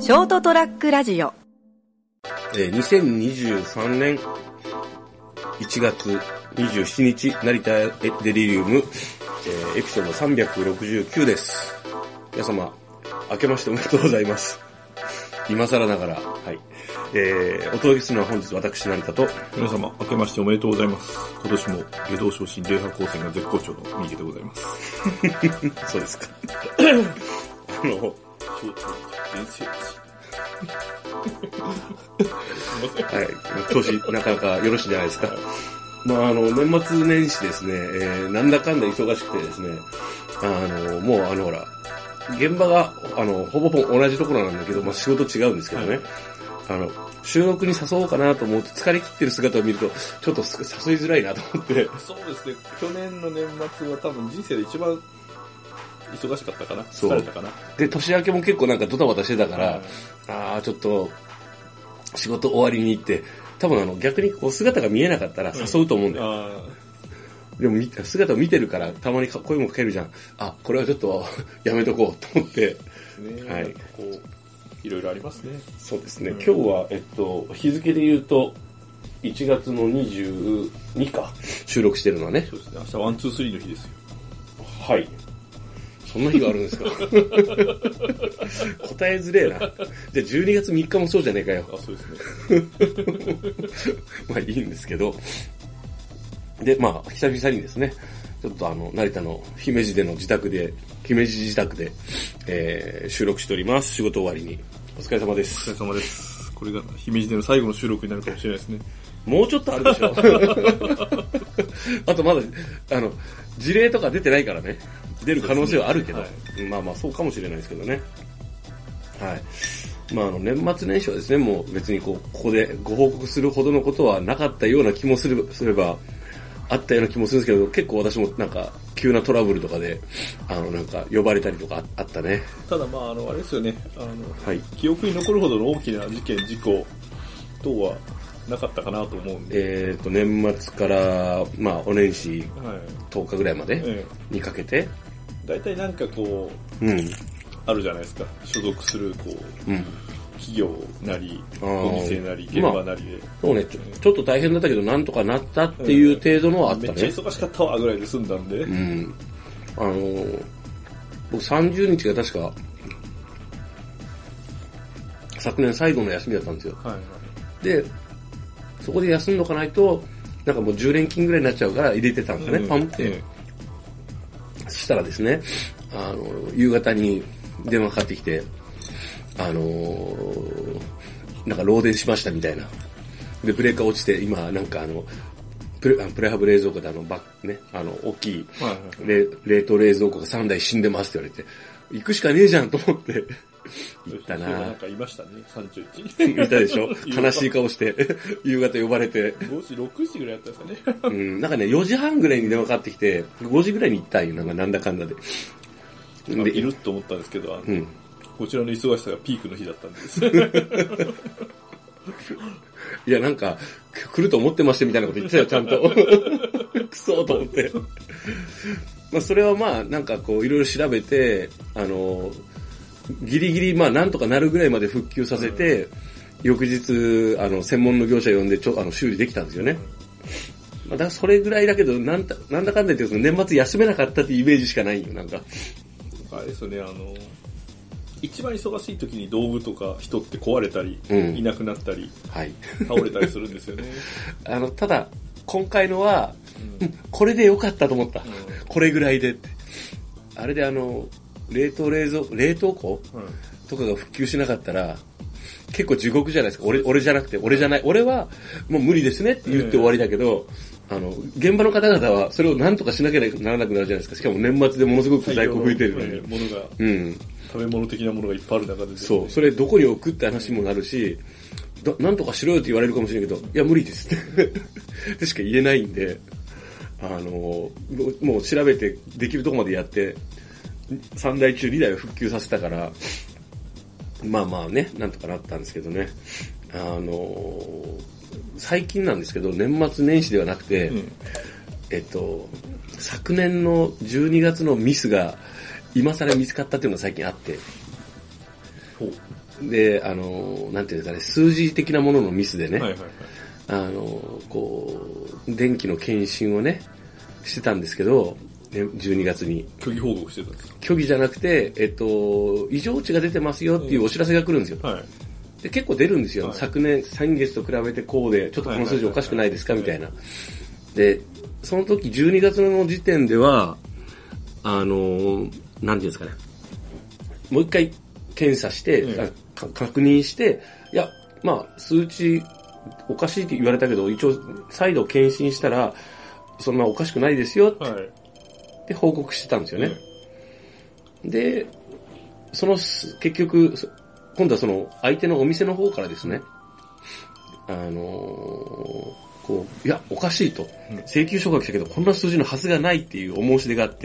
ショートトラックラジオ、 2023年1月27日成田デリリウム、エピソード369です。皆様明けましておめでとうございます。今更ながら、はい。お届けするのは本日私成田と、 皆様明けましておめでとうございます。今年も下道昇進礼波高専が絶好調の三池でございます。 そうですか。はい、調子なかなかよろしいんじゃないですか。まあ年末年始ですね、なんだかんだ忙しくてですね、もうほら、現場がほぼ同じところなんだけど、まあ仕事違うんですけどね、収録に誘おうかなと思って疲れ切ってる姿を見るとちょっと誘いづらいなと思って。 そうですね。去年の年末は多分人生で一番忙しかったかな。疲れたかな。 で、年明けも結構なんかドタバタしてたから、ちょっと仕事終わりに行って、多分逆にこう姿が見えなかったら誘うと思うんだよ。でも姿を見てるからたまに声もかけるじゃん。これはちょっとやめとこうと思って。 はい。こういろいろありますね。 そうですね。今日は日付で言うと1月の22か収録してるのはね。 そうですね。明日ワンツースリーの日ですよ。 はい。そんな日があるんですか。答えづれえな。じゃあ12月3日もそうじゃねえかよ。 そうですね。 まあいいんですけど。で、まあ久々にですね、ちょっと成田の姫路自宅で、収録しております。仕事終わりに。お疲れ様です。 お疲れ様です。これが姫路での最後の収録になるかもしれないですね。 もうちょっとあるでしょ。あとまだ、事例とか出てないからね。出る可能性はあるけど、はい、まあまあそうかもしれないですけどね。はい。まあ年末年始はですね、もう別にここでご報告するほどのことはなかったような気もすれば、あったような気もするんですけど、結構私もなんか急なトラブルとかで、なんか呼ばれたりとかあったね。 ただまああれですよね、 はい、 記憶に残るほどの大きな事件、事故等はなかったかなと思うんで。 年末から、まあお年始10日ぐらいまでにかけて、 だいたいなんかこう、あるじゃないですか。所属するこう、企業なり、お店なり、現場なりで。 そうね、ちょっと大変だったけど、なんとかなったっていう程度のはあったね。 めっちゃ忙しかったわぐらいで済んだんで。 僕30日が確か、昨年最後の休みだったんですよ。 はいはい、 で、そこで休んどかないと、なんかもう10連勤ぐらいになっちゃうから入れてたんですね、パンって。そしたらですね、夕方に電話かかってきて、なんか漏電しましたみたいな。で、ブレーカー落ちて、今、なんかプレハブ冷蔵庫で大きい、冷凍冷蔵庫が3台死んでますって言われて、行くしかねえじゃんと思って、行ったな。 なんかいましたね、31。 いたでしょ。悲しい顔して、夕方呼ばれて。 5時、6時ぐらいやったんですかね。 なんかね、4時半ぐらいに電話かかってきて、5時ぐらいに行ったんよ、なんだかんだで。 いると思ったんですけど、こちらの忙しさがピークの日だったんです。 いや、なんか、来ると思ってましたみたいなこと言ってたよ、ちゃんと。くそーと思って。まあ、それはまあ、なんかこう、いろいろ調べて、ギリギリ、まあ、なんとかなるぐらいまで復旧させて、翌日、専門の業者呼んで、修理できたんですよね。まあ、だからそれぐらいだけど、なんだかんだ言って、年末休めなかったっていうイメージしかないよ、なんか。 あれですよね、一番忙しい時に道具とか人って壊れたり、いなくなったり、倒れたりするんですよね。 ただ、今回のは、これでよかったと思った。これぐらいでって。あれで冷凍庫、とかが復旧しなかったら、結構地獄じゃないですか。俺じゃなくて、俺じゃない。俺はもう無理ですねって言って終わりだけど、現場の方々はそれを何とかしなきゃならなくなるじゃないですか。しかも年末でものすごく在庫増えてるのに。 食べ物的なものがいっぱいある中で、ね。 そう。それどこに置くって話もなるし、なんとかしろよって言われるかもしれないけど、いや無理ですってでしか言えないんで、もう調べてできるとこまでやって、3台中2台を復旧させたから、まあまあね、なんとかなったんですけどね。最近なんですけど、年末年始ではなくて、昨年の12月のミスが今更見つかったっていうのが最近あって、 で、なんていうんですかね、数字的なもののミスでね、電気の検診をね、してたんですけど、12月に。 虚偽報告してたんですか？ 虚偽じゃなくて、異常値が出てますよっていうお知らせが来るんですよ。で結構出るんですよ。昨年、先月と比べてこうで、ちょっとこの数字おかしくないですかみたいな。で、その時12月の時点では、なんていうんですかね、もう一回検査して、確認して、いや、まあ、数値おかしいって言われたけど、一応再度検診したら、そんなおかしくないですよって、で報告してたんですよね。で、結局、今度はその相手のお店の方からですね、いや、おかしいと。請求書が来たけど、こんな数字のはずがないっていうお申し出があって、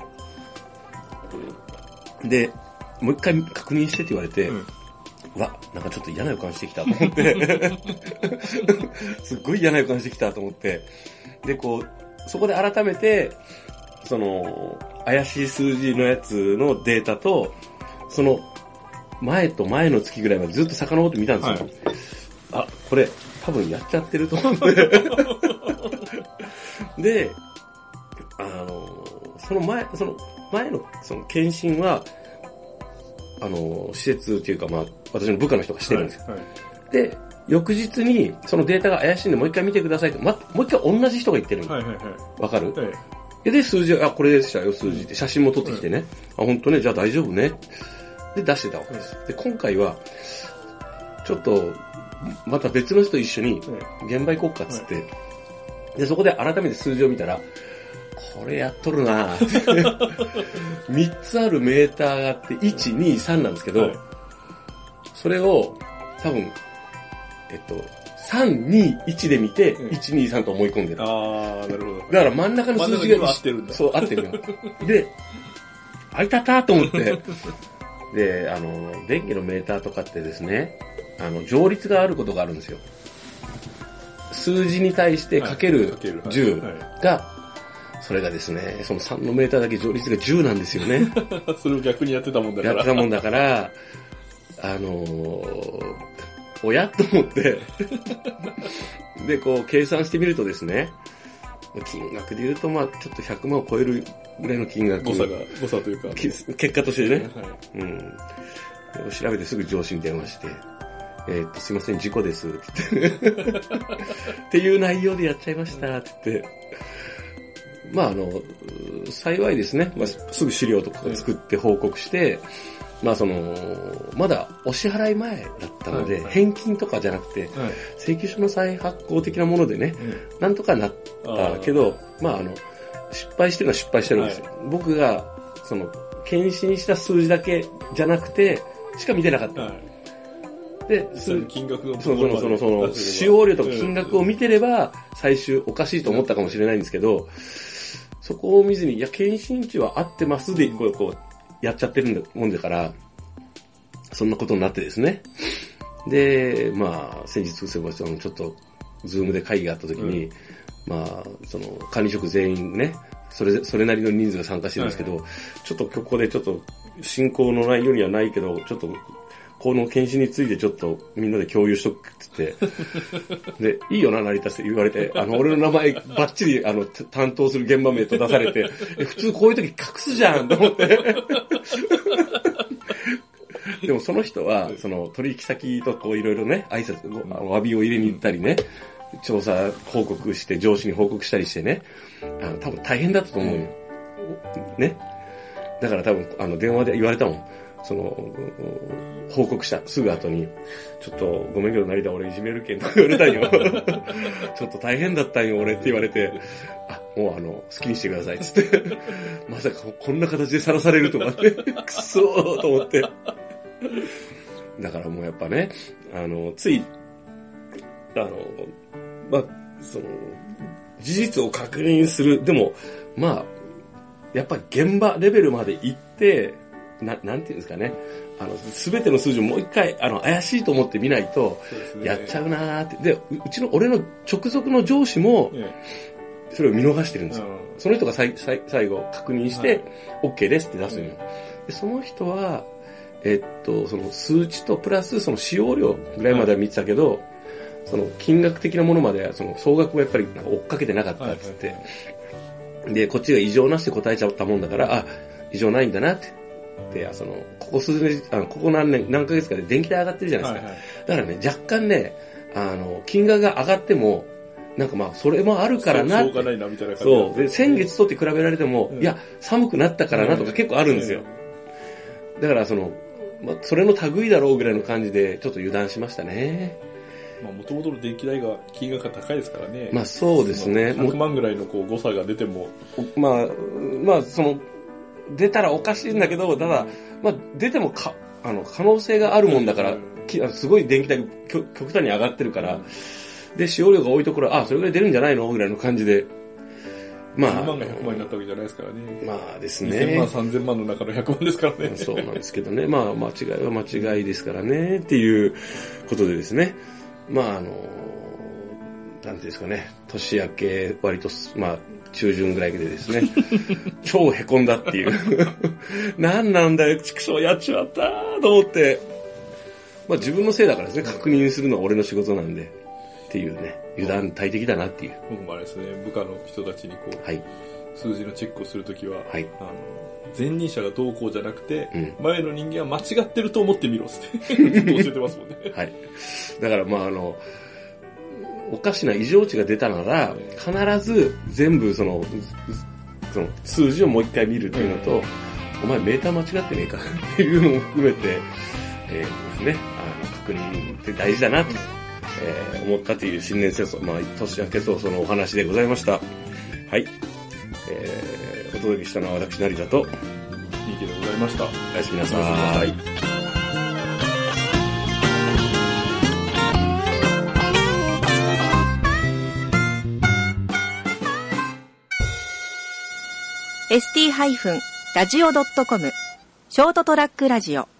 で、もう一回確認してって言われて、なんかちょっと嫌な予感してきたと思って、すっごい嫌な予感してきたと思って、で、そこで改めて、怪しい数字のやつのデータと、その前と前の月ぐらいまでずっと遡って見たんですよ。これ多分やっちゃってると思って。で、その前のその検診は、施設っていうか、まあ、私の部下の人がしてるんですよ。で、翌日にそのデータが怪しいんでもう一回見てくださいって、もう一回同じ人が言ってるんですよ。わかる？で、数字は、これでしたよ、数字って写真も撮ってきてね。本当ね、じゃあ大丈夫ね。で、出してたわけです。で、今回は、ちょっと、また別の人と一緒に、現場行こうかっつって、で、そこで改めて数字を見たら、これやっとるなぁ。3つあるメーターがあって、1、2、3なんですけど、それを、多分、3、2、1で見て、1、2、3と思い込んでる。 なるほど。 だから真ん中の数字が合ってるんだ。 そう、合ってるよ。で、あいたたと思って、で、電気のメーターとかってですね、上率があることがあるんですよ。数字に対してかける10が、それがですね、その3のメーターだけ上率が10なんですよね。 それを逆にやってたもんだから。 やってたもんだから、おやと思って、で、計算してみるとですね、金額で言うと、まあちょっと100万を超えるぐらいの金額。 誤差というか。 結果としてね。調べてすぐ上司に電話して、すいません、事故です。っていう内容でやっちゃいました。って言って。まあ幸いですね、すぐ資料とか作って報告して、まだお支払い前だったので、返金とかじゃなくて、請求書の再発行的なものでね、なんとかなったけど、失敗してるのは失敗してるんですよ。僕が、検診した数字だけじゃなくて、しか見てなかった。で、 金額を使用量とか金額を見てれば、最終おかしいと思ったかもしれないんですけど、そこを見ずに、いや、検診値は合ってますで、やっちゃってるもんだから、そんなことになってですね。で、先日、ちょっと、ズームで会議があった時に、管理職全員ね、それなりの人数が参加してるんですけど、ちょっとここでちょっと、進行の内容にはないけど、ちょっと、この検診についてちょっとみんなで共有しとくって言って、で、いいよな、成田って言われて、俺の名前バッチリ、担当する現場名と出されて、普通こういう時隠すじゃんと思って。でもその人は、取引先といろいろね、挨拶、お詫びを入れに行ったりね、調査報告して、上司に報告したりしてね、多分大変だったと思うよ。ね。だから多分、電話で言われたもん。報告したすぐ後に、ちょっとごめんけど成田俺いじめるけんと言われたんよ。ちょっと大変だったんよ俺って言われて、もう好きにしてくださいっつって、まさかこんな形でさらされるとかって、くそーと思って。だからもうやっぱね、つい、事実を確認する。でも、やっぱ現場レベルまで行って、なんていうんですかね。すべての数字をもう一回、怪しいと思って見ないと、やっちゃうなーって。で、俺の直属の上司も、それを見逃してるんですよ。その人が最後確認して、OK ですって出すのよ。で、その人は、 その数値とプラスその使用量ぐらいまでは見てたけど、その金額的なものまではその総額をやっぱり追っかけてなかったっつって、で、こっちが異常なしで答えちゃったもんだから、あ、異常ないんだなって。で、ここ数年、ここ何ヶ月かで電気代上がってるじゃないですか。だからね、若干ね、金額が上がっても、なんかまあ、それもあるからな。 しょうがないな、みたいな感じ。 そう。で、先月とって比べられても、いや、寒くなったからなとか結構あるんですよ。だからまあ、それの類だろうぐらいの感じで、ちょっと油断しましたね。 まあ、もともとの電気代が、金額が高いですからね。 まあ、そうですね。 100万ぐらいの誤差が出ても。 まあ、出たらおかしいんだけど、ただ、まあ、出ても可能性があるもんだから、すごい電気代極端に上がってるから、で、使用量が多いところは、それぐらい出るんじゃないのぐらいの感じで。まあ。 2万が100万になったわけじゃないですからね。 まあですね。 2000万、3000万の中の100万ですからね。 そうなんですけどね。まあ、間違いは間違いですからね。っていうことでですね。まあ、なんていうんですかね。年明け、割と、まあ、中旬ぐらいでですね。超凹んだっていう。何なんだよ、畜生やっちまったーと思って。まあ自分のせいだからですね。確認するのは俺の仕事なんで。っていうね。油断大敵だなっていう。 僕もあれですね、部下の人たちにこう、 はい、 数字のチェックをするときは、 はい、 前任者がどうこうじゃなくて、前の人間は間違ってると思ってみろってずっと教えてますもんね。 はい。だからまあおかしな異常値が出たなら、必ず全部その数字をもう一回見るっていうのと、お前メーター間違ってねえかっていうのも含めて、ですね、確認って大事だなと、思ったという新年戦争、まあ年明け早々のお話でございました。はい。お届けしたのは私成田と、 いいけでございました。 おやすみなさい。 ST-radio.com ショートトラックラジオ